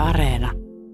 Areena.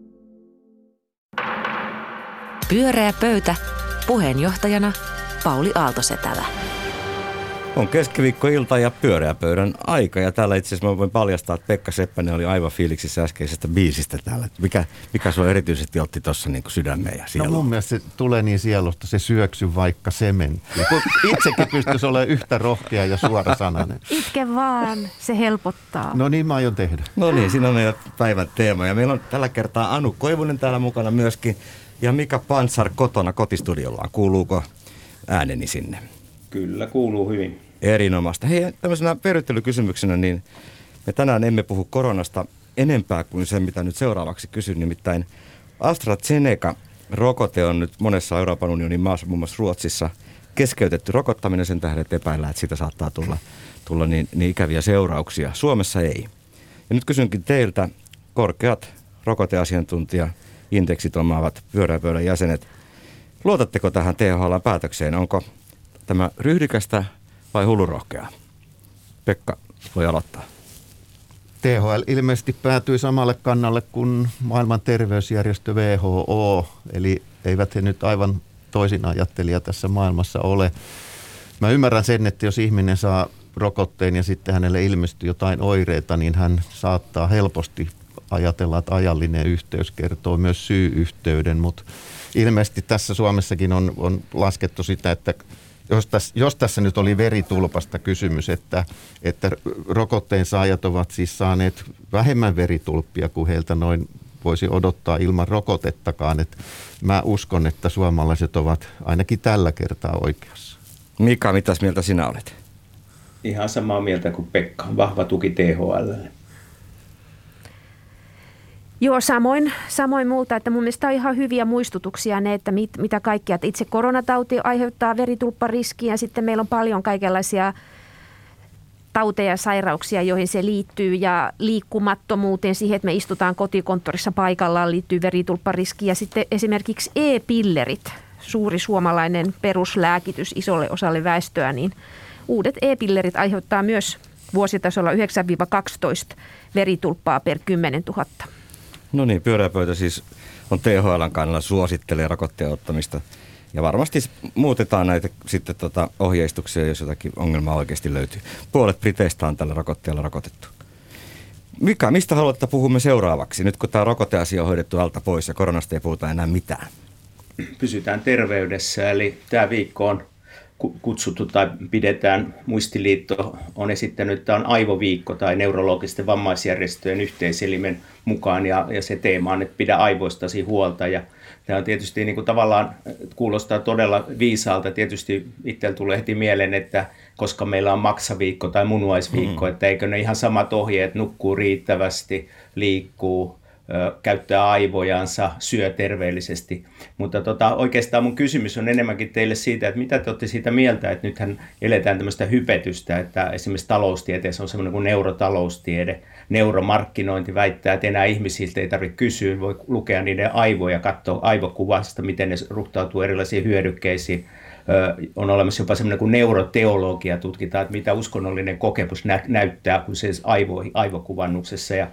Pyöreä pöytä. Puheenjohtajana Pauli Aaltosetälä. On keskiviikkoilta ja pyöreä pöydän aika. Ja täällä itse asiassa mä voin paljastaa, että Pekka Seppänen oli aivan fiiliksissä äskeisestä biisistä täällä. Mikä sua erityisesti otti tuossa niin sydämeen ja sieluun? No mun mielestä se tulee niin sielusta, se syöksy vaikka sementti. Itsekin pystyisi olemaan yhtä rohkea ja suorasanainen. Itke vaan, se helpottaa. No niin mä aion tehdä. No niin, siinä on meidän päivän teema. Ja meillä on tällä kertaa Anu Koivunen täällä mukana myöskin. Ja Mika Pantsar kotona kotistudiolla. Kuuluuko ääneni sinne? Kyllä, kuuluu hyvin. Erinomaista. Hei, tämmöisenä peryttelykysymyksenä, niin me tänään emme puhu koronasta enempää kuin se, mitä nyt seuraavaksi kysyn. Nimittäin AstraZeneca-rokote on nyt monessa Euroopan unionin maassa, muun muassa Ruotsissa, keskeytetty rokottaminen sen tähden, että epäillään, että siitä saattaa tulla niin ikäviä seurauksia. Suomessa ei. Ja nyt kysynkin teiltä, korkeat rokoteasiantuntija-indeksit omaavat pyöräpöydän jäsenet. Luotatteko tähän THL:n päätökseen? Onko tämä ryhdikästä vai hullurohkeaa? Pekka voi aloittaa. THL ilmeisesti päätyi samalle kannalle kuin maailman terveysjärjestö WHO, eli eivät he nyt aivan toisin ajattelija tässä maailmassa ole. Mä ymmärrän sen, että jos ihminen saa rokotteen ja sitten hänelle ilmestyy jotain oireita, niin hän saattaa helposti ajatella, että ajallinen yhteys kertoo myös syy-yhteyden, mutta ilmeisesti tässä Suomessakin on laskettu sitä, että jos tässä nyt oli veritulpasta kysymys, että rokotteen saajat ovat siis saaneet vähemmän veritulppia kuin heiltä noin voisi odottaa ilman rokotettakaan, että mä uskon, että suomalaiset ovat ainakin tällä kertaa oikeassa. Mika, mitäs mieltä sinä olet? Ihan samaa mieltä kuin Pekka. Vahva tuki THL:lle. Joo, samoin multa, että mun mielestä on ihan hyviä muistutuksia ne, että mitä kaikkea. Että itse koronatauti aiheuttaa veritulppariskiä ja sitten meillä on paljon kaikenlaisia tauteja ja sairauksia, joihin se liittyy ja liikkumattomuuteen, siihen, että me istutaan kotikonttorissa paikallaan, liittyy veritulppariski ja sitten esimerkiksi e-pillerit, suuri suomalainen peruslääkitys isolle osalle väestöä, niin uudet e-pillerit aiheuttaa myös vuositasolla 9-12 veritulppaa per 10 000. No niin, pyöräpöytä siis on THL:n kannalla, suosittelee rokotteen ottamista. Ja varmasti muutetaan näitä sitten ohjeistuksia, jos jotakin ongelmaa oikeasti löytyy. Puolet Briteistä on tällä rokotteella rokotettu. Mika, mistä haluat, että puhumme seuraavaksi? Nyt kun tämä rokoteasia on hoidettu alta pois ja koronasta ei puhuta enää mitään. Pysytään terveydessä, eli tämä viikko on kutsuttu tai pidetään, Muistiliitto on esittänyt, että tämä on aivoviikko tai neurologisten vammaisjärjestöjen yhteiselimen mukaan ja se teema on, että pidä aivoistasi huolta ja tämä on tietysti niin kuin tavallaan kuulostaa todella viisaalta. Tietysti itsellä tulee heti mieleen, että koska meillä on maksaviikko tai munuaisviikko, että eikö ne ihan samat ohjeet, nukkuu riittävästi, liikkuu, käyttää aivojansa, syö terveellisesti. Mutta oikeastaan mun kysymys on enemmänkin teille siitä, että mitä te olette siitä mieltä, että nythän eletään tämmöistä hypetystä, että esimerkiksi taloustieteessä on semmoinen kuin neurotaloustiede. Neuromarkkinointi väittää, että enää ihmisiltä ei tarvitse kysyä, voi lukea niiden aivoja, katsoa aivokuvasta, miten ne ruhtautuu erilaisiin hyödykkeisiin. On olemassa jopa semmoinen kuin neuroteologia, tutkitaan, että mitä uskonnollinen kokemus näyttää, kun se aivokuvannuksessa. Ja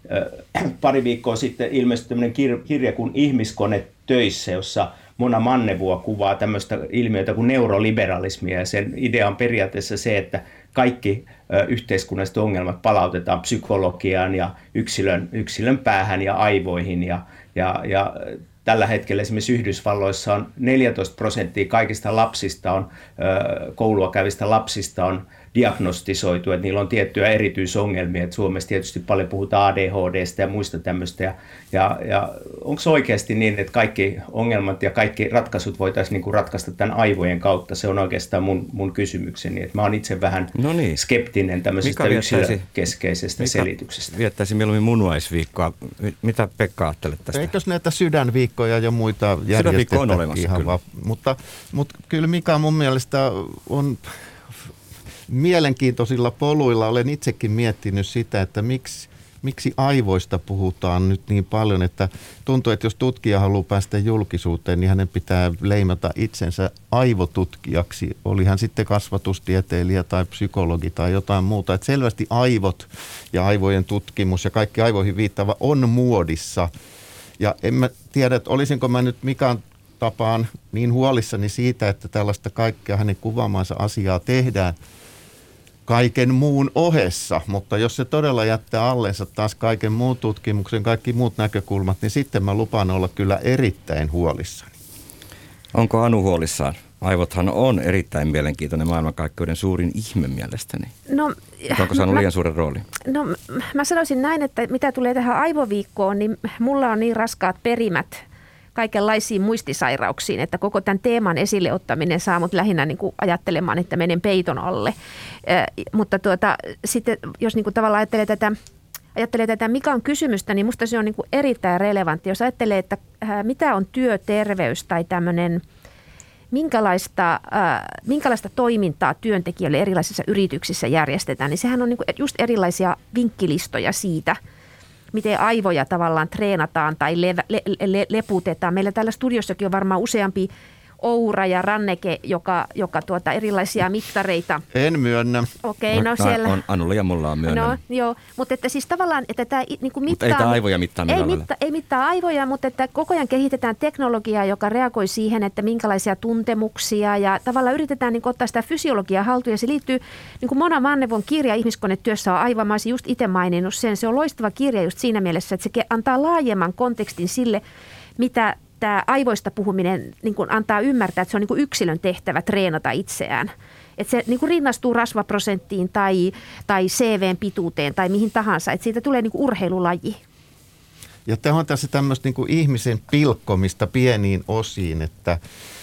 pari viikkoa sitten ilmestyi tämmöinen kirja kuin Ihmiskone töissä, jossa Mona Mannevua kuvaa tämmöistä ilmiötä kuin neuroliberalismia. Ja sen idea on periaatteessa se, että kaikki yhteiskunnalliset ongelmat palautetaan psykologiaan ja yksilön päähän ja aivoihin. Ja tällä hetkellä esimerkiksi Yhdysvalloissa on 14% kaikista lapsista koulua käyvistä lapsista on diagnostisoitu, että niillä on tiettyjä erityisongelmia. Että Suomessa tietysti paljon puhutaan ADHD:stä ja muista tämmöistä. Ja onko se oikeasti niin, että kaikki ongelmat ja kaikki ratkaisut voitaisiin niin kuin ratkaista tämän aivojen kautta? Se on oikeastaan mun kysymykseni. Että mä oon itse vähän skeptinen tämmöisestä yksilökeskeisestä selityksestä. Viettäisin mieluummin munuaisviikkoa. Mitä Pekka ajattelet tästä? Eikös näitä sydänviikkoja ja muita järjestetä on olemassa, ihan vaan. Mutta kyllä Mika mun mielestä on mielenkiintoisilla poluilla. Olen itsekin miettinyt sitä, että miksi aivoista puhutaan nyt niin paljon, että tuntuu, että jos tutkija haluaa päästä julkisuuteen, niin hänen pitää leimata itsensä aivotutkijaksi, oli hän sitten kasvatustieteilijä tai psykologi tai jotain muuta. Että selvästi aivot ja aivojen tutkimus ja kaikki aivoihin viittaava on muodissa. Ja en mä tiedä, että olisinko mä nyt Mikan tapaan niin huolissani siitä, että tällaista kaikkea hänen kuvaamaansa asiaa tehdään kaiken muun ohessa, mutta jos se todella jättää allensa taas kaiken muun tutkimuksen, kaikki muut näkökulmat, niin sitten mä lupaan olla kyllä erittäin huolissani. Onko Anu huolissaan? Aivothan on erittäin mielenkiintoinen maailmankaikkeuden suurin ihme mielestäni. No, onko saanut liian suuren roolin? No mä sanoisin näin, että mitä tulee tähän aivoviikkoon, niin mulla on niin raskaat perimät kaikenlaisiin muistisairauksiin, että koko tämän teeman esille ottaminen saa mut lähinnä niin kuin ajattelemaan, että menen peiton alle. Mutta sitten jos niin kuin tavallaan ajattelee tätä Mikan kysymystä, niin musta se on niin kuin erittäin relevantti. Jos ajattelee, että mitä on työterveys tai tämmöinen, minkälaista toimintaa työntekijöille erilaisissa yrityksissä järjestetään, niin sehän on niin kuin just erilaisia vinkkilistoja siitä, miten aivoja tavallaan treenataan tai leputetaan. Meillä täällä studiossakin on varmaan useampi Oura ja Ranneke, joka erilaisia mittareita. En myönnä. Okei, no siellä. On Anulla ja mulla on myönnä. No joo, mutta että siis tavallaan, että tämä niinku mittaa. Mutta ei tämä aivoja mittaa ei mittaa aivoja, mutta että koko ajan kehitetään teknologiaa, joka reagoi siihen, että minkälaisia tuntemuksia ja tavallaan yritetään niin ottaa sitä fysiologiaa haltuun. Ja se liittyy, niin kuin Mona Mannevon kirja Ihmiskonetyössä on aivan, mä olisin just itse maininnut sen. Se on loistava kirja just siinä mielessä, että se antaa laajemman kontekstin sille, mitä tämä aivoista puhuminen niin kuin antaa ymmärtää, että se on niin kuin yksilön tehtävä treenata itseään. Että se niin kuin rinnastuu rasvaprosenttiin tai CV:n pituuteen tai mihin tahansa. Että siitä tulee niin kuin urheilulaji. Ja tämä on tässä tämmöistä niin kuin ihmisen pilkkomista pieniin osiin, että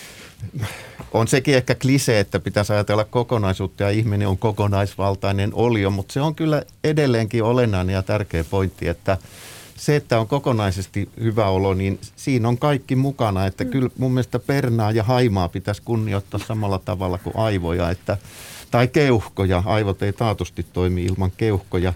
on sekin ehkä klisee, että pitäisi ajatella kokonaisuutta ja ihminen on kokonaisvaltainen olio, mutta se on kyllä edelleenkin olennainen ja tärkeä pointti, että se, että on kokonaisesti hyvä olo, niin siinä on kaikki mukana. Että kyllä mun mielestä pernaa ja haimaa pitäisi kunnioittaa samalla tavalla kuin aivoja. Tai keuhkoja. Aivot ei taatusti toimi ilman keuhkoja.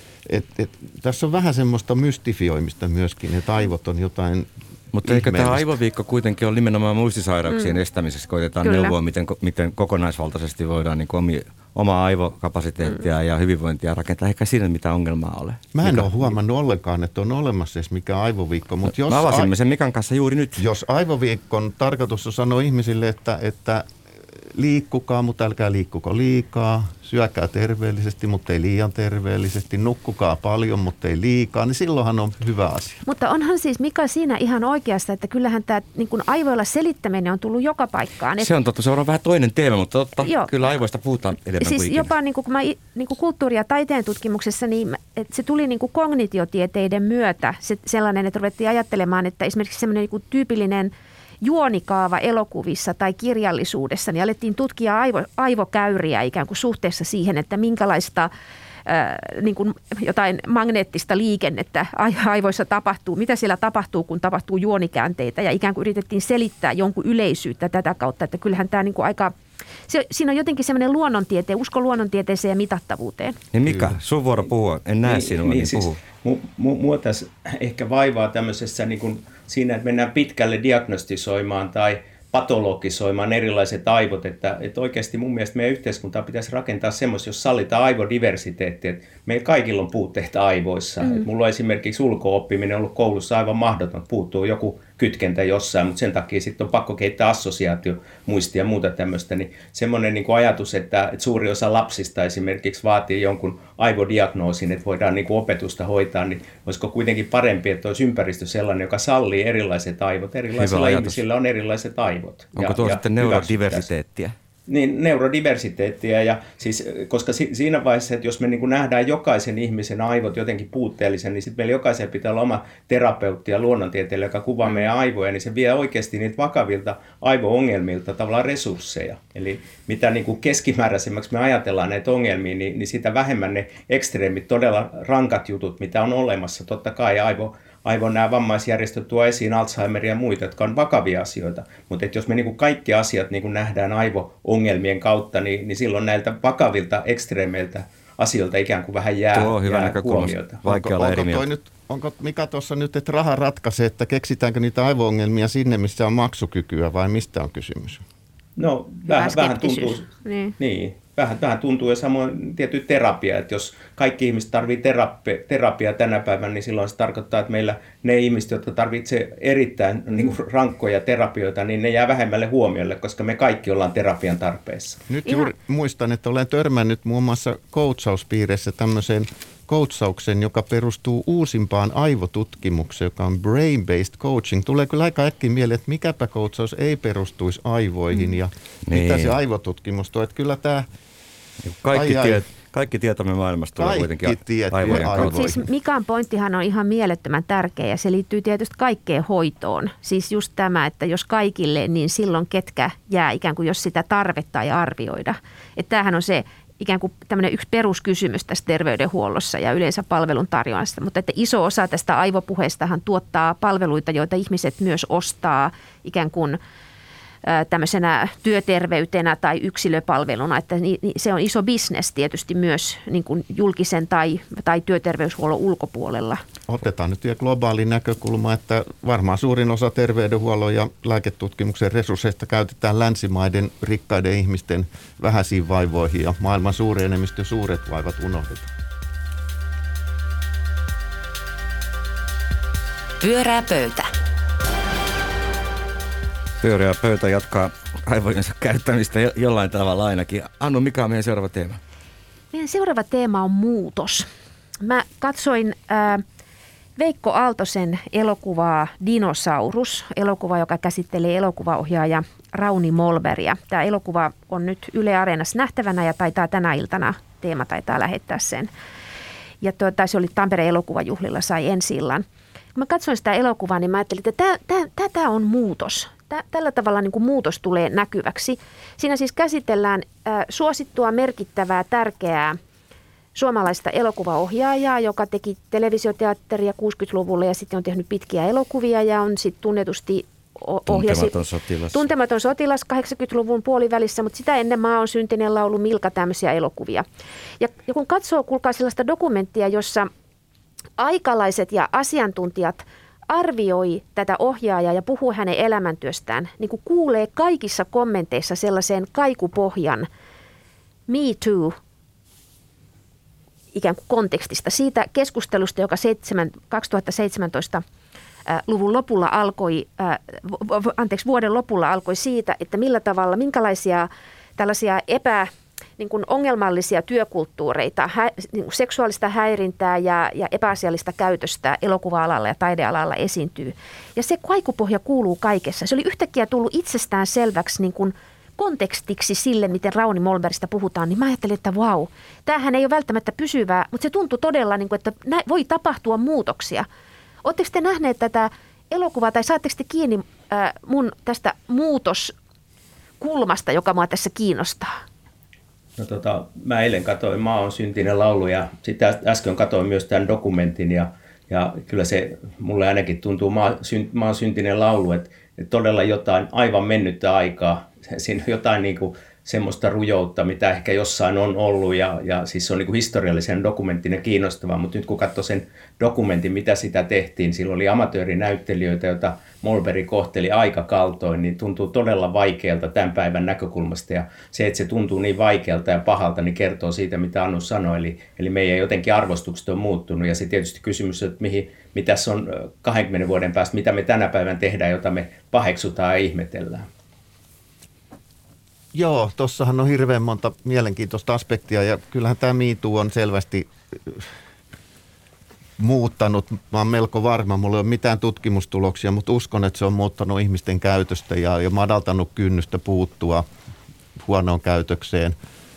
Tässä on vähän semmoista mystifioimista myöskin, että aivot on jotain. Mutta eikö tämä aivoviikko kuitenkin ole nimenomaan muistisairauksien estämisessä? Koitetaan neuvoa, miten kokonaisvaltaisesti voidaan niin omaa aivokapasiteettia ja hyvinvointia rakentaa. Eikä siinä mitään ongelmaa ole. Mä en ole huomannut ollenkaan, että on olemassa edes mikä aivoviikko. Mutta jos avasimme sen Mikan kanssa juuri nyt. Jos aivoviikon tarkoitus on sanoa ihmisille, että liikkukaa, mutta älkää liikkuko liikaa, syökää terveellisesti, mutta ei liian terveellisesti, nukkukaa paljon, mutta ei liikaa, niin silloinhan on hyvä asia. Mutta onhan siis Mika siinä ihan oikeassa, että kyllähän tämä niin kuin aivoilla selittäminen on tullut joka paikkaan. Se on totta, se on vähän toinen teema, mutta totta, kyllä aivoista puhutaan enemmän siis kuin ikinä. Jopa niin kuin, kun mä niin kuin kulttuuri- ja taiteen tutkimuksessa, niin että se tuli niin kuin kognitiotieteiden myötä sellainen, että ruvettiin ajattelemaan, että esimerkiksi sellainen niin kuin tyypillinen juonikaava elokuvissa tai kirjallisuudessa, niin alettiin tutkia aivokäyriä ikään kuin suhteessa siihen, että minkälaista niin kuin jotain magneettista liikennettä aivoissa tapahtuu, mitä siellä tapahtuu, kun tapahtuu juonikäänteitä, ja ikään kuin yritettiin selittää jonkun yleisyyttä tätä kautta, että kyllähän tämä niin kuin aika, siinä on jotenkin semmoinen usko luonnontieteeseen ja mitattavuuteen. Niin Mika, sun vuoro puhua, en näe sinua, niin puhu. Mua tässä ehkä vaivaa tämmöisessä niin kuin siinä, että mennään pitkälle diagnostisoimaan tai patologisoimaan erilaiset aivot, että oikeasti mun mielestä meidän yhteiskuntaa pitäisi rakentaa semmoista, jos sallitaan aivodiversiteetti, että meillä kaikilla on puutteita aivoissa. Että mulla on esimerkiksi ulko-oppiminen ollut koulussa aivan mahdoton, puuttuu joku kytkentä jossain, mutta sen takia sitten on pakko kehittää assosiaatiomuistia ja muuta tämmöistä, niin semmoinen niin kuin ajatus, että suuri osa lapsista esimerkiksi vaatii jonkun aivodiagnoosin, että voidaan niin kuin opetusta hoitaa, niin olisiko kuitenkin parempi, että olisi ympäristö sellainen, joka sallii erilaiset aivot. Erilaisilla ihmisillä on erilaiset aivot. Onko tuo sitten neurodiversiteettiä? Niin, neurodiversiteettiä, ja siis, koska siinä vaiheessa, että jos me niin kuin nähdään jokaisen ihmisen aivot jotenkin puutteellisen, niin sitten meillä jokaisen pitää olla oma terapeutti ja luonnontieteilijä, joka kuvaa meidän aivoja, niin se vie oikeasti niitä vakavilta aivo-ongelmilta tavallaan resursseja. Eli mitä niin kuin keskimääräisemmäksi me ajatellaan näitä ongelmia, niin sitä vähemmän ne ekstreemit, todella rankat jutut, mitä on olemassa. Totta kai aivon nämä vammaisjärjestöt tuo esiin Alzheimeria ja muita, jotka on vakavia asioita. Mutta jos me niinku kaikki asiat niinku nähdään aivo-ongelmien kautta, niin silloin näiltä vakavilta, ekstreemeiltä asioilta ikään kuin vähän jää huomiota. Vaikea olla eri mieltä. Onko Mika tuossa nyt, että raha ratkaisee, että keksitäänkö niitä aivo-ongelmia sinne, missä on maksukykyä vai mistä on kysymys? No vähän tuntuu, niin, vähän tuntuu ja samoin tietty terapia, että jos kaikki ihmiset tarvitsevat terapiaa tänä päivänä, niin silloin se tarkoittaa, että meillä ne ihmiset, jotka tarvitsevat erittäin niin kuin rankkoja terapioita, niin ne jää vähemmälle huomiolle, koska me kaikki ollaan terapian tarpeessa. Nyt juuri muistan, että olen törmännyt muun muassa coachauspiireissä tämmöiseen coachauksen, joka perustuu uusimpaan aivotutkimukseen, joka on brain-based coaching. Tulee kyllä aika äkkiä mieleen, että mikäpä coachaus ei perustuisi aivoihin ja mitä se aivotutkimus tuo. Että kyllä tämä kaikki tietomme maailmasta tulee kuitenkin aivojen kautta. Siis Mikan pointtihan on ihan mielettömän tärkeä ja se liittyy tietysti kaikkeen hoitoon. Siis just tämä, että jos kaikille, niin silloin ketkä jää ikään kuin jos sitä tarvetta ei arvioida. Että tämähän on se ikään kuin tämmöinen yksi peruskysymys tässä terveydenhuollossa ja yleensä palvelun tarjoannasta. Mutta että iso osa tästä aivopuheestahan tuottaa palveluita, joita ihmiset myös ostaa ikään kuin tämmöisenä työterveytenä tai yksilöpalveluna, että se on iso bisnes tietysti myös niin kuin julkisen tai työterveyshuollon ulkopuolella. Otetaan nyt vielä globaali näkökulma, että varmaan suurin osa terveydenhuollon ja lääketutkimuksen resursseista käytetään länsimaiden rikkaiden ihmisten vähäisiin vaivoihin ja maailman suuri enemmistö suuret vaivat unohdetaan. Pyörää pöytä. Pyöreä pöytä jatkaa aivojensa käyttämistä jollain tavalla ainakin. Annu, mikä on meidän seuraava teema? Meidän seuraava teema on muutos. Mä katsoin Veikko Aaltosen elokuvaa Dinosaurus, elokuva, joka käsittelee elokuvaohjaaja Rauni Molbergia. Tämä elokuva on nyt Yle Areenassa nähtävänä ja taitaa tänä iltana, Teema taitaa lähettää sen. Ja se oli Tampereen elokuvajuhlilla, sai ensi-illan. Kun mä katsoin sitä elokuvaa, niin mä ajattelin, että tämä on muutos. Tällä tavalla niin kuin muutos tulee näkyväksi. Siinä siis käsitellään suosittua, merkittävää, tärkeää suomalaista elokuvaohjaajaa, joka teki televisioteatteria 60-luvulla ja sitten on tehnyt pitkiä elokuvia ja on sitten tunnetusti ohjasi Tuntematon sotilas 80-luvun puolivälissä, mutta sitä ennen Maa on syntinen laulu, Milka, tämmöisiä elokuvia. Ja kun katsoo, kuulkaa sellaista dokumenttia, jossa aikalaiset ja asiantuntijat arvioi tätä ohjaajaa ja puhuu hänen elämäntyöstään, niin kuin kuulee kaikissa kommenteissa sellaiseen kaikupohjan Me Too ikään kuin kontekstista, siitä keskustelusta, joka 2017 luvun lopulla alkoi, vuoden lopulla alkoi siitä, että millä tavalla, minkälaisia tällaisia niin kuin ongelmallisia työkulttuureita, niin kuin seksuaalista häirintää ja epäasiallista käytöstä elokuva-alalla ja taidealalla esiintyy. Ja se kaikupohja kuuluu kaikessa. Se oli yhtäkkiä tullut itsestään selväksi niin kuin kontekstiksi sille, miten Rauni Molbergista puhutaan, niin mä ajattelin, että vau, tämähän ei ole välttämättä pysyvää, mutta se tuntui todella, niin kuin, että voi tapahtua muutoksia. Oletteko te nähneet tätä elokuvaa tai saatteko te kiinni mun tästä muutoskulmasta, joka mua tässä kiinnostaa? No mä eilen katsoin Maa on syntinen laulu ja sitten äsken katsoin myös tämän dokumentin ja kyllä se mulle ainakin tuntuu Maa on syntinen laulu, että todella jotain aivan mennyttä aikaa, siinä on jotain niin kuin semmoista rujoutta, mitä ehkä jossain on ollut ja siis se on niin kuin historiallisen dokumenttinen ja kiinnostavaa, mutta nyt kun katsoi sen dokumentin, mitä sitä tehtiin, silloin oli amatöörinäyttelijöitä, joita Molberg kohteli aika kaltoin, niin tuntuu todella vaikealta tämän päivän näkökulmasta ja se, että se tuntuu niin vaikealta ja pahalta, niin kertoo siitä, mitä Annu sanoi, eli meidän jotenkin arvostukset on muuttunut ja se tietysti kysymys, että mitä se on 20 vuoden päästä, mitä me tänä päivän tehdään, jota me paheksutaan ja ihmetellään. Joo, tossahan on hirveän monta mielenkiintoista aspektia ja kyllähän tämä Me Too on selvästi muuttanut. Mä oon melko varma, mulla ei ole mitään tutkimustuloksia, mutta uskon, että se on muuttanut ihmisten käytöstä ja madaltanut kynnystä puuttua huonoon käytökseen.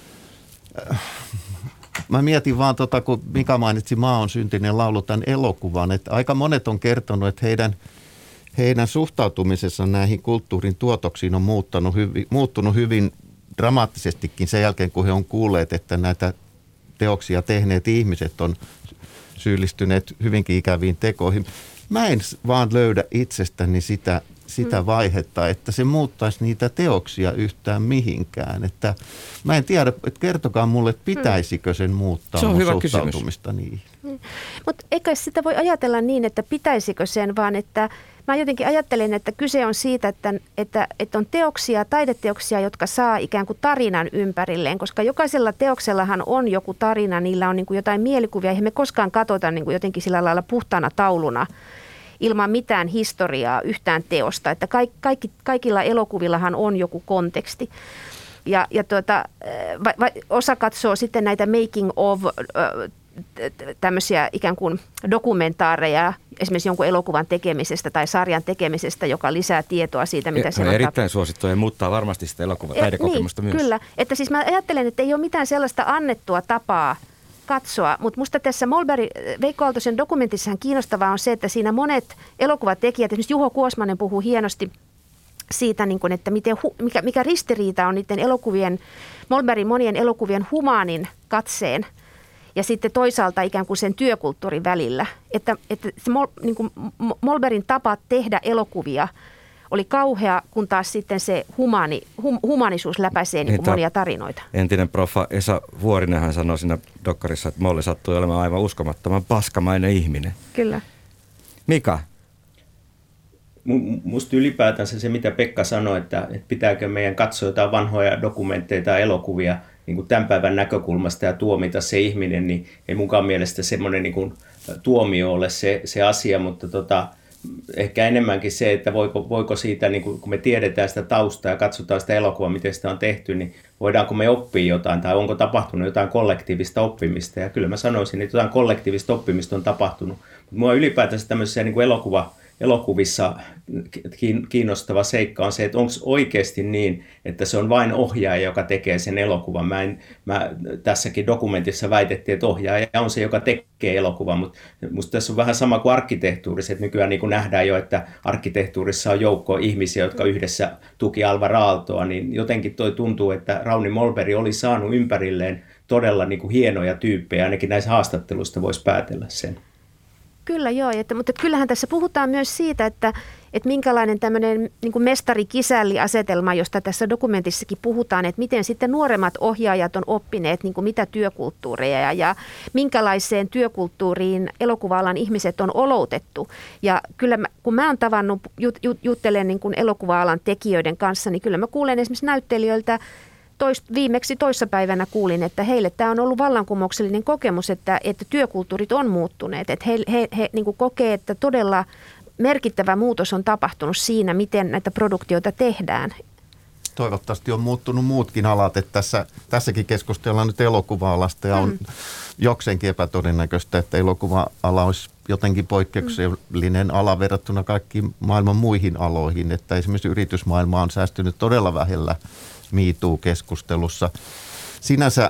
Mä mietin vaan kun Mika mainitsi Maa on syntinen laulu tämän elokuvan, että aika monet on kertonut, että heidän suhtautumisessa näihin kulttuurin tuotoksiin on muuttunut hyvin dramaattisestikin sen jälkeen, kun he on kuulleet, että näitä teoksia tehneet ihmiset on syyllistyneet hyvinkin ikäviin tekoihin. Mä en vaan löydä itsestäni sitä sitä vaihetta, että se muuttaisi niitä teoksia yhtään mihinkään. Että mä en tiedä, että kertokaa mulle, että pitäisikö sen muuttaa se on hyvä suhtautumista niihin. Mutta eikä sitä voi ajatella niin, että pitäisikö sen, vaan että mä jotenkin ajattelen, että kyse on siitä, että on teoksia, taideteoksia, jotka saa ikään kuin tarinan ympärilleen, koska jokaisella teoksellahan on joku tarina, niillä on niin kuin jotain mielikuvia, eihän me koskaan katsota niin kuin jotenkin sillä lailla puhtaana tauluna ilman mitään historiaa yhtään teosta, että kaikilla elokuvillahan on joku konteksti. Ja osa katsoo sitten näitä making of tämmöisiä ikään kuin dokumentaareja esimerkiksi jonkun elokuvan tekemisestä tai sarjan tekemisestä, joka lisää tietoa siitä, mitä siellä on erittäin suosittua ja muuttaa varmasti sitä taidekokemusta niin, myös. Kyllä, että siis mä ajattelen, että ei ole mitään sellaista annettua tapaa katsoa, mutta musta tässä Veikko Aaltosen dokumentissahan kiinnostavaa on se, että siinä monet elokuvatekijät, esimerkiksi Juho Kuosmanen puhuu hienosti siitä, niin kuin, että mikä ristiriita on niiden Mollbergin monien elokuvien humaanin katseen ja sitten toisaalta ikään kuin sen työkulttuurin välillä. Että se Mollbergin tapa tehdä elokuvia oli kauhea, kun taas sitten se humanisuus läpäisee niin kuin monia tarinoita. Entinen proffa Esa Vuorinenhan sanoi siinä dokkarissa, että Molli sattui olemaan aivan uskomattoman paskamainen ihminen. Kyllä. Mika? Musta ylipäätänsä se, mitä Pekka sanoi, että pitääkö meidän katsoa jotain vanhoja dokumentteja tai elokuvia niin kuin tämän päivän näkökulmasta ja tuomita se ihminen, niin ei munkaan mielestä semmoinen niin kuin tuomio ole se asia, mutta ehkä enemmänkin se, että voiko siitä, niin kun me tiedetään sitä taustaa ja katsotaan sitä elokuvaa, miten sitä on tehty, niin voidaanko me oppia jotain tai onko tapahtunut jotain kollektiivista oppimista. Ja kyllä mä sanoisin, että jotain kollektiivista oppimista on tapahtunut. Mutta mua ylipäätänsä tämmöisissä niin kuin elokuvissa kiinnostava seikka on se, että onko oikeasti niin, että se on vain ohjaaja, joka tekee sen elokuvan. Tässäkin dokumentissa väitettiin, että ohjaaja on se, joka tekee elokuvan, mutta musta tässä on vähän sama kuin arkkitehtuurissa, että nykyään niin kuin nähdään jo, että arkkitehtuurissa on joukko ihmisiä, jotka yhdessä tuki Alvar Aaltoa, niin jotenkin toi tuntuu, että Rauni Mollberg oli saanut ympärilleen todella niin kuin hienoja tyyppejä, ainakin näissä haastatteluista voisi päätellä sen. Kyllä joo, mutta kyllähän tässä puhutaan myös siitä, että minkälainen tämmöinen niin kuin mestari-kisälli-asetelma, josta tässä dokumentissakin puhutaan, että miten sitten nuoremmat ohjaajat on oppineet niin kuin mitä työkulttuureja ja minkälaiseen työkulttuuriin elokuva-alan ihmiset on oloutettu. Ja kyllä kun mä oon tavannut, juttelen niin kuin elokuva-alan tekijöiden kanssa, niin kyllä mä kuulen esimerkiksi näyttelijöiltä, viimeksi toissapäivänä kuulin, että heille tämä on ollut vallankumouksellinen kokemus, että työkulttuurit on muuttuneet. Että he niin kuin kokee, että todella merkittävä muutos on tapahtunut siinä, miten näitä produktioita tehdään. Toivottavasti on muuttunut muutkin alat, että tässäkin keskustellaan nyt elokuva-alasta ja on jokseenkin epätodennäköistä, että elokuva-ala olisi jotenkin poikkeuksellinen ala verrattuna kaikkiin maailman muihin aloihin, että esimerkiksi yritysmaailma on säästynyt todella vähellä MeToo-keskustelussa. Sinänsä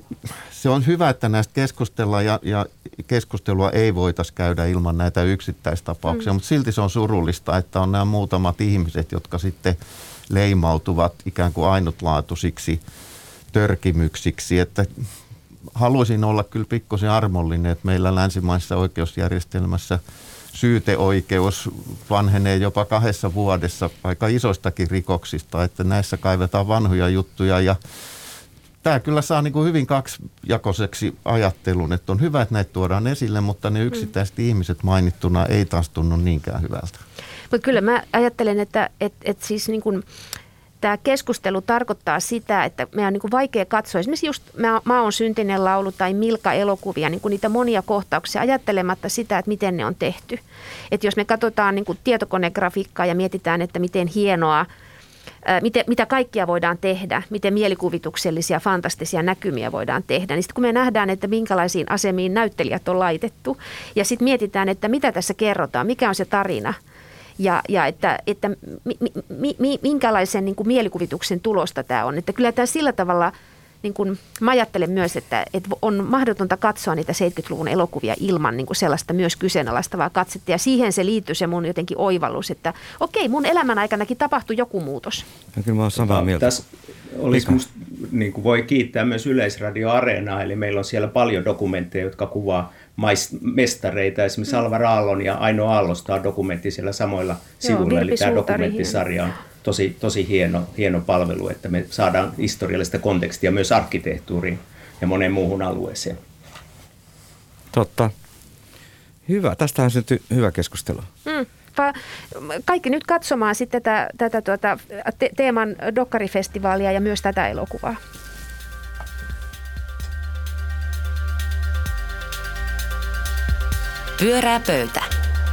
se on hyvä, että näistä keskustellaan ja keskustelua ei voitaisi käydä ilman näitä yksittäistapauksia, mutta silti se on surullista, että on nämä muutamat ihmiset, jotka sitten leimautuvat ikään kuin ainutlaatuisiksi törkimyksiksi. Että haluaisin olla kyllä pikkusen armollinen, että meillä länsimaisessa oikeusjärjestelmässä syyteoikeus vanhenee jopa 2 vuodessa aika isoistakin rikoksista, että näissä kaivetaan vanhoja juttuja ja tämä kyllä saa niin kuin hyvin kaksijakoiseksi ajattelun, että on hyvä, että näitä tuodaan esille, mutta ne yksittäiset ihmiset mainittuna ei taas tunnu niinkään hyvältä. Mutta kyllä mä ajattelen, että siis niin kuin tämä keskustelu tarkoittaa sitä, että meidän on niin kuin vaikea katsoa esimerkiksi just Mä oon syntinen laulu tai Milka-elokuvia, niin kuin niitä monia kohtauksia ajattelematta sitä, että miten ne on tehty. Että jos me katsotaan niin kuin tietokonegrafiikkaa ja mietitään, että miten hienoa, mitä kaikkia voidaan tehdä, miten mielikuvituksellisia, fantastisia näkymiä voidaan tehdä, niin sitten kun me nähdään, että minkälaisiin asemiin näyttelijät on laitettu ja sitten mietitään, että mitä tässä kerrotaan, mikä on se tarina, ja että minkälaisen niin kuin mielikuvituksen tulosta tämä on. Että kyllä tämä sillä tavalla, niin kuin mä ajattelen myös, että on mahdotonta katsoa niitä 70-luvun elokuvia ilman niin kuin sellaista myös kyseenalaistavaa katsetta. Ja siihen se liittyy se mun jotenkin oivallus, että okei, mun elämän aikanakin tapahtui joku muutos. Ja kyllä mä oon samaa mieltä. Tässä olisi musta, niin kuin voi kiittää myös Yleisradio Areenaa, eli meillä on siellä paljon dokumentteja, jotka kuvaa mestareita. Esimerkiksi Alvar Aallon ja Aino Aallosta on dokumentti siellä samoilla sivuilla. Eli tämä dokumenttisarja on tosi hieno palvelu, että me saadaan historiallista kontekstia myös arkkitehtuuriin ja moneen muuhun alueeseen. Totta. Hyvä. Tästähän syntyi hyvä keskustelu. Kaikki nyt katsomaan sitten tätä teeman dokkarifestivaalia ja myös tätä elokuvaa. Pyörää pöytä.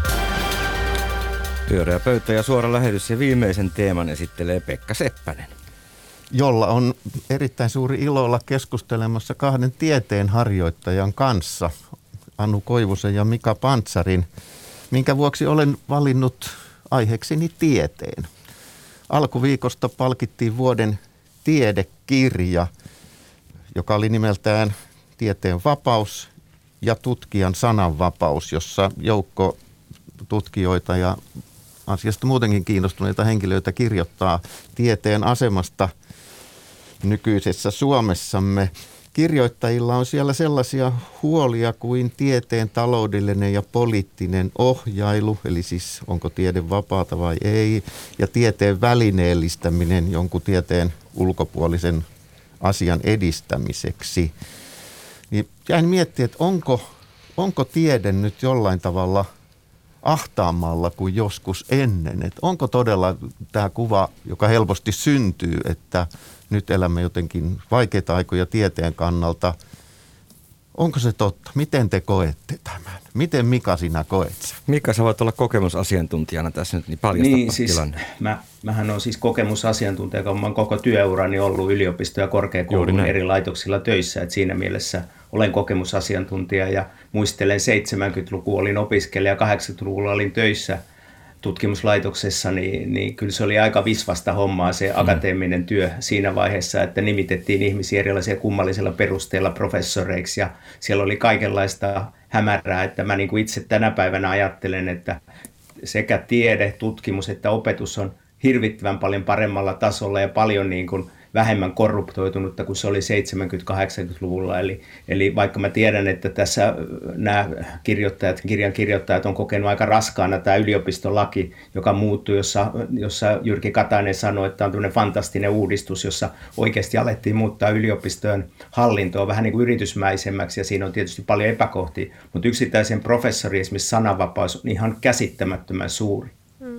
Pyöreä pöytä ja suora lähetys ja viimeisen teeman esittelee Pekka Seppänen. Jolla on erittäin suuri ilo olla keskustelemassa kahden tieteenharjoittajan kanssa, Anu Koivusen ja Mika Pantsarin, minkä vuoksi olen valinnut aiheekseni tieteen. Alkuviikosta palkittiin vuoden tiedekirja, joka oli nimeltään Tieteen vapaus ja tutkijan sananvapaus, jossa joukko tutkijoita ja asiasta muutenkin kiinnostuneita henkilöitä kirjoittaa tieteen asemasta nykyisessä Suomessamme. Kirjoittajilla on siellä sellaisia huolia kuin tieteen taloudellinen ja poliittinen ohjailu, eli siis onko tiede vapaata vai ei, ja tieteen välineellistäminen jonkun tieteen ulkopuolisen asian edistämiseksi. Niin jäin miettimään, että onko tiede nyt jollain tavalla ahtaammalla kuin joskus ennen. Että onko todella tämä kuva, joka helposti syntyy, että nyt elämme jotenkin vaikeita aikoja tieteen kannalta. Onko se totta? Miten te koette tämän? Miten Mika sinä koet sen? Mika, sä voit olla kokemusasiantuntijana tässä nyt, niin paljastapa tilanne. Mähän on siis kokemusasiantuntija, kun mä oon koko työurani ollut yliopisto- ja korkeakoulun eri laitoksilla töissä. Et siinä mielessä olen kokemusasiantuntija ja muistelen 70-lukua olin opiskelija, 80-luvulla olin töissä tutkimuslaitoksessa, niin kyllä se oli aika visvasta hommaa se akateeminen työ siinä vaiheessa, että nimitettiin ihmisiä erilaisia kummallisilla perusteilla professoreiksi ja siellä oli kaikenlaista hämärää, että mä niin kuin itse tänä päivänä ajattelen, että sekä tiede, tutkimus että opetus on hirvittävän paljon paremmalla tasolla ja paljon niin kuin vähemmän korruptoitunutta kuin se oli 70-80-luvulla. Eli vaikka mä tiedän, että tässä nämä kirjan kirjoittajat on kokenut aika raskaana tämä yliopistolaki, joka muuttui, jossa Jyrki Katainen sanoi, että on tämmöinen fantastinen uudistus, jossa oikeasti alettiin muuttaa yliopistojen hallintoa vähän niin kuin yritysmäisemmäksi ja siinä on tietysti paljon epäkohtia, mutta yksittäisen professorin esimerkiksi sananvapaus on ihan käsittämättömän suuri.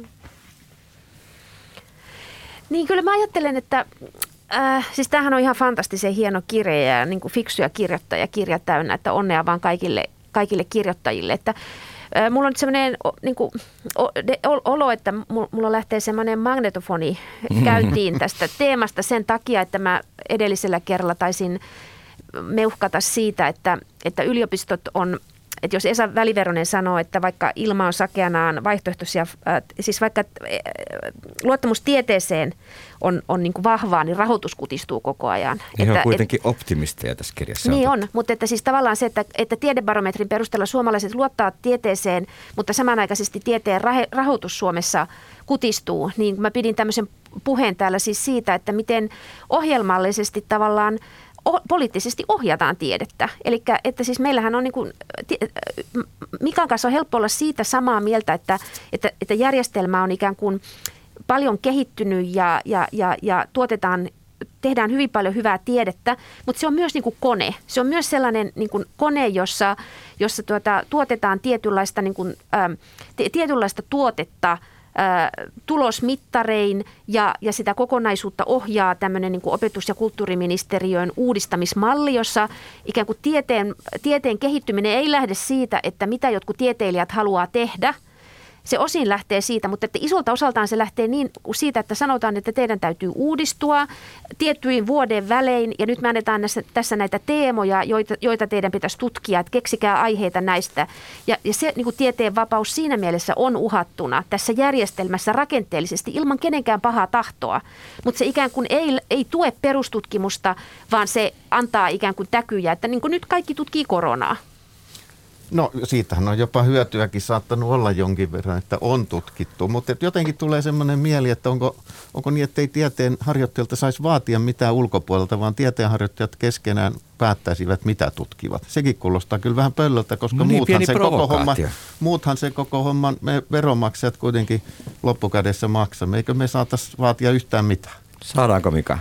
Niin kyllä mä ajattelen, että siis tämähän on ihan fantastisen hieno kirja ja niin kuin fiksuja kirjoittajakirja täynnä, että onnea vaan kaikille kirjoittajille. Että, mulla on nyt semmoinen niin kuin, olo, että mulla lähtee semmoinen magnetofoni käyntiin tästä teemasta sen takia, että mä edellisellä kerralla taisin meuhkata siitä, että yliopistot on, että jos Esa Väliveronen sanoo, että vaikka ilma on sakeanaan vaihtoehtoisia, siis vaikka luottamus tieteeseen on niin kuin vahvaa, niin rahoitus kutistuu koko ajan. He on kuitenkin optimisteja tässä kirjassa. Niin on, mutta että siis tavallaan se, että tiedebarometrin perusteella suomalaiset luottaa tieteeseen, mutta samanaikaisesti tieteen rahoitus Suomessa kutistuu, niin mä pidin tämmöisen puheen täällä siis siitä, että miten ohjelmallisesti tavallaan poliittisesti ohjataan tiedettä. Eli että siis meillähän on niin kuin, Mikan kanssa on helppo olla siitä samaa mieltä, että järjestelmä on ikään kuin paljon kehittynyt ja tehdään hyvin paljon hyvää tiedettä, mutta se on myös niin kuin kone. Se on myös sellainen niin kuin kone, jossa tuotetaan tietynlaista, niin kuin, tietynlaista tuotetta tulosmittarein ja sitä kokonaisuutta ohjaa tämmöinen niin kuin opetus- ja kulttuuriministeriön uudistamismalli, jossa ikään kuin tieteen kehittyminen ei lähde siitä, että mitä jotkut tieteilijät haluaa tehdä. Se osin lähtee siitä, mutta että isolta osaltaan se lähtee niin siitä, että sanotaan, että teidän täytyy uudistua tiettyin vuoden välein ja nyt me annetaan tässä näitä teemoja, joita teidän pitäisi tutkia, että keksikää aiheita näistä. Ja se niin kuin tieteen vapaus siinä mielessä on uhattuna tässä järjestelmässä rakenteellisesti ilman kenenkään pahaa tahtoa, mutta se ikään kuin ei tue perustutkimusta, vaan se antaa ikään kuin täkyjä, että niin kuin nyt kaikki tutkii koronaa. No siitähän on jopa hyötyäkin saattanut olla jonkin verran, että on tutkittu, mutta jotenkin tulee semmoinen mieli, että onko niin, että ei tieteenharjoittajilta saisi vaatia mitään ulkopuolelta, vaan tieteenharjoittajat keskenään päättäisivät, mitä tutkivat. Sekin kuulostaa kyllä vähän pöllöltä, koska muuthan se koko homman me veronmaksajat kuitenkin loppukädessä maksamme. Eikö me saataisiin vaatia yhtään mitään? Saadaanko, Mika?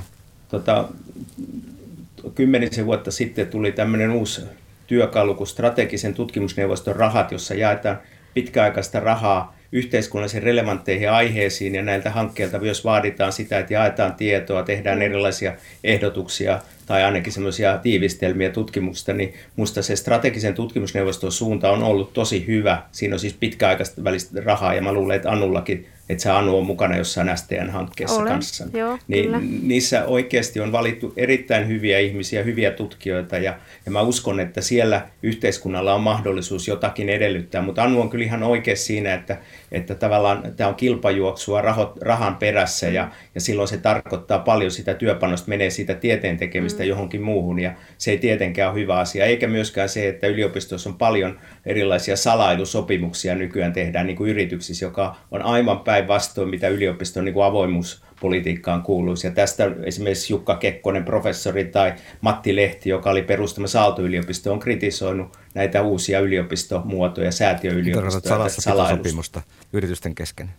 10 vuotta sitten tuli tämmöinen uusi työkalu kuin strategisen tutkimusneuvoston rahat, jossa jaetaan pitkäaikaista rahaa yhteiskunnallisiin relevantteihin aiheisiin, ja näiltä hankkeilta myös vaaditaan sitä, että jaetaan tietoa, tehdään erilaisia ehdotuksia tai ainakin semmoisia tiivistelmiä tutkimuksista, niin musta se strategisen tutkimusneuvoston suunta on ollut tosi hyvä. Siinä on siis pitkäaikaista välistä rahaa, ja mä luulen, että Anullakin, että se Anu on mukana jossain STN-hankkeessa kanssa. Joo, niin niissä oikeasti on valittu erittäin hyviä ihmisiä, hyviä tutkijoita, ja mä uskon, että siellä yhteiskunnalla on mahdollisuus jotakin edellyttää, mutta Anu on kyllä ihan oikein siinä, että tavallaan tämä on kilpajuoksua rahan perässä, ja silloin se tarkoittaa paljon sitä työpanosta, menee siitä tieteen tekemistä johonkin muuhun, ja se ei tietenkään ole hyvä asia, eikä myöskään se, että yliopistossa on paljon erilaisia salailusopimuksia nykyään tehdään niin kuin yrityksissä, joka on aivan päinvastoin, mitä yliopiston niin kuin avoimuuspolitiikkaan kuuluisi. Ja tästä esimerkiksi Jukka Kekkonen, professori, tai Matti Lehti, joka oli perustamassa Aalto-yliopistoa, on kritisoinut näitä uusia yliopistomuotoja, säätiöyliopistoja. Salassapitosopimusta yritysten kesken.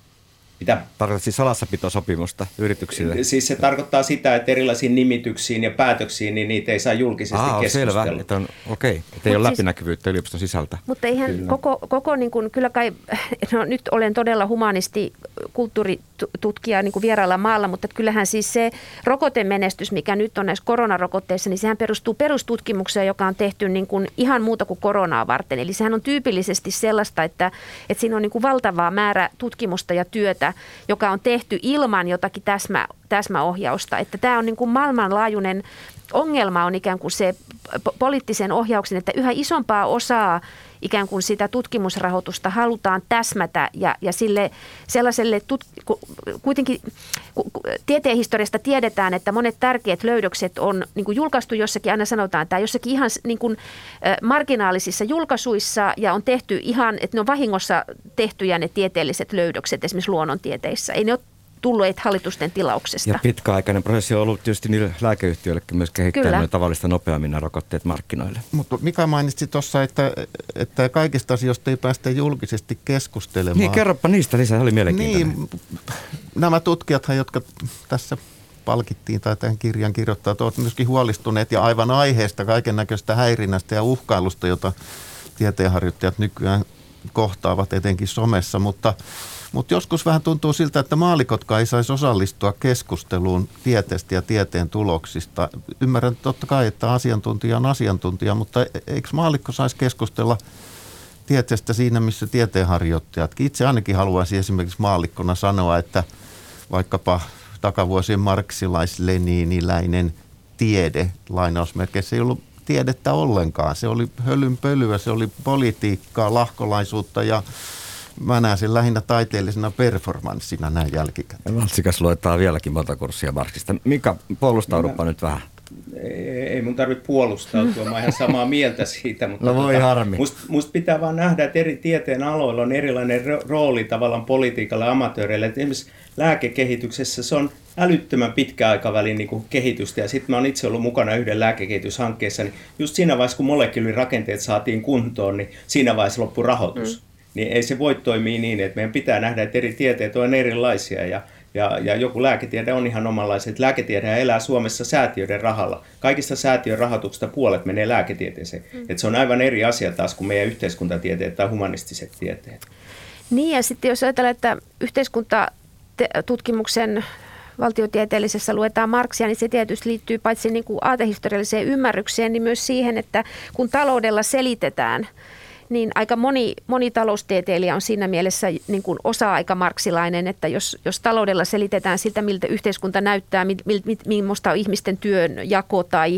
Mitä? Tarkoitat siis salassapitosopimusta yrityksille? Siis se tarkoittaa sitä, että erilaisiin nimityksiin ja päätöksiin, niin niitä ei saa julkisesti keskustella. Selvä, että että ei ole läpinäkyvyyttä yliopiston sisältä. Mutta eihän koko niin kuin, kyllä kai, no nyt olen todella humanisti kulttuuritutkija niin kuin vieraalla maalla, mutta kyllähän siis se rokotemenestys, mikä nyt on näissä koronarokotteissa, niin sehän perustuu perustutkimukseen, joka on tehty niin kuin ihan muuta kuin koronaa varten. Eli sehän on tyypillisesti sellaista, että siinä on niin kuin valtava määrä tutkimusta ja työtä, joka on tehty ilman jotakin täsmäohjausta. Että tämä on niin kuin maailmanlaajuinen ongelma on ikään kuin se poliittisen ohjauksen, että yhä isompaa osaa ikään kuin sitä tutkimusrahoitusta halutaan täsmätä ja sellaiselle kuitenkin tieteen historiasta tiedetään, että monet tärkeät löydökset on niin kuin julkaistu jossakin, aina sanotaan, että jossakin ihan niin kuin marginaalisissa julkaisuissa ja on tehty ihan, että ne on vahingossa tehtyjä ne tieteelliset löydökset esimerkiksi luonnontieteissä. Ei ne ole tulleet hallitusten tilauksesta. Ja pitkäaikainen prosessi on ollut tietysti niille lääkeyhtiöillekin myös kehittää tavallista nopeammin nämä rokotteet markkinoille. Mutta Mika mainitsi tuossa, että kaikista asioista ei päästä julkisesti keskustelemaan. Niin, kerropa niistä lisää, se oli mielenkiintoinen. Niin, nämä tutkijathan, jotka tässä palkittiin tai tämän kirjan kirjoittaa, ovat myöskin huolestuneet ja aivan aiheesta kaiken näköistä häirinnästä ja uhkailusta, jota tieteenharjoittajat nykyään kohtaavat etenkin somessa, mutta joskus vähän tuntuu siltä, että maallikotkaan ei saisi osallistua keskusteluun tieteestä ja tieteen tuloksista. Ymmärrän totta kai, että asiantuntija on asiantuntija, mutta eikö maallikko saisi keskustella tieteestä siinä, missä tieteenharjoittajatkin? Itse ainakin haluaisin esimerkiksi maallikkona sanoa, että vaikkapa takavuosien marksilais-leniniläinen tiede, lainausmerkeissä, ei ollut tiedettä ollenkaan. Se oli hölynpölyä, se oli politiikkaa, lahkolaisuutta ja mä näen sen lähinnä taiteellisena performanssina näin jälkikäteen. Valtsikas luetaan vieläkin monta kurssia Marksista. Mika, puolustaudupa nyt vähän. Ei mun tarvitse puolustautua, mä oon ihan samaa mieltä siitä. Mutta no voi harmi. Musta pitää vaan nähdä, että eri tieteen aloilla on erilainen rooli tavallaan politiikalla ja amatööreillä. Esimerkiksi lääkekehityksessä se on älyttömän pitkä aikavälin niin kuin kehitystä, ja sitten mä oon itse ollut mukana yhden lääkekehityshankkeessa, niin just siinä vaiheessa, kun molekyylirakenteet saatiin kuntoon, niin siinä vaiheessa loppui rahoitus. Niin ei se voi toimia niin, että meidän pitää nähdä, että eri tieteet on erilaisia, ja joku lääketiede on ihan omanlaiset. Lääketiede elää Suomessa säätiöiden rahalla. Kaikista säätiön rahoituksesta puolet menee lääketieteeseen. Että se on aivan eri asia taas kuin meidän yhteiskuntatieteet tai humanistiset tieteet. Niin, ja sitten jos ajatellaan, että yhteiskuntatutkimuksen valtiotieteellisessä luetaan Marksia, niin se tietysti liittyy paitsi niin kuin aatehistorialliseen ymmärrykseen, niin myös siihen, että kun taloudella selitetään, niin aika moni taloustieteilijä on siinä mielessä niin kuin osa-aika marksilainen, että jos taloudella selitetään siltä, miltä yhteiskunta näyttää, millaista on ihmisten työnjako tai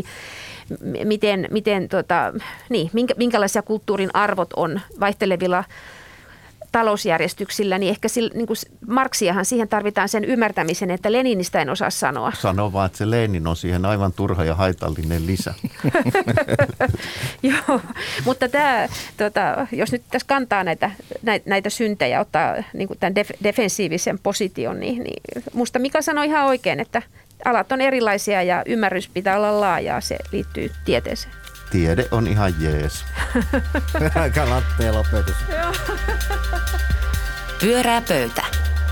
minkälaisia kulttuurin arvot on vaihtelevilla talousjärjestyksillä, niin ehkä niin kuin Marksiahan siihen tarvitaan sen ymmärtämisen, että Leninistä en osaa sanoa. Sano vaan, että se Lenin on siihen aivan turha ja haitallinen lisä. Joo, mutta tämä, jos nyt tässä kantaa näitä syntejä, ottaa niin kuin tämän defensiivisen position, niin musta Mika sanoi ihan oikein, että alat on erilaisia ja ymmärrys pitää olla laajaa, se liittyy tieteeseen. Tiede on ihan jees. Aika lattea lopetus. Pyörää pöytä.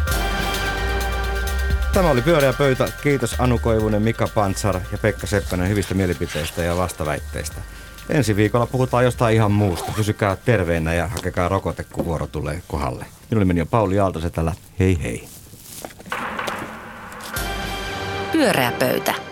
Tämä oli Pyöreä pöytä. Kiitos Anu Koivunen, Mika Pantsar ja Pekka Seppänen hyvistä mielipiteistä ja vastaväitteistä. Ensi viikolla puhutaan jostain ihan muusta. Pysykää terveenä ja hakekaa rokote, kun vuoro tulee kohdalle. Minun nimeni on Pauli Aaltosetälä. Hei hei. Pyöreä pöytä.